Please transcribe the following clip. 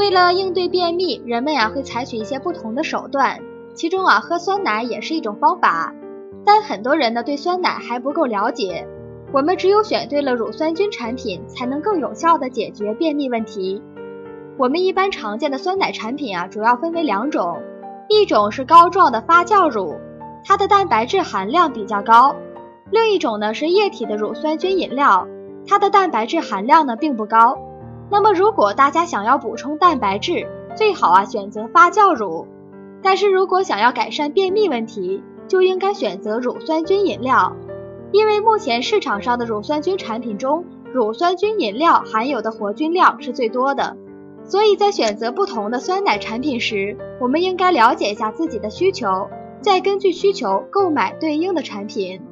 为了应对便秘，人们会采取一些不同的手段，其中喝酸奶也是一种方法。但很多人对酸奶还不够了解，我们只有选对了乳酸菌产品，才能更有效地解决便秘问题。我们一般常见的酸奶产品主要分为2种，一种是膏状的发酵乳，它的蛋白质含量比较高；另一种呢是液体的乳酸菌饮料，它的蛋白质含量呢并不高。那么如果大家想要补充蛋白质，最好选择发酵乳。但是如果想要改善便秘问题，就应该选择乳酸菌饮料，因为目前市场上的乳酸菌产品中，乳酸菌饮料含有的活菌量是最多的。所以在选择不同的酸奶产品时，我们应该了解一下自己的需求，再根据需求购买对应的产品。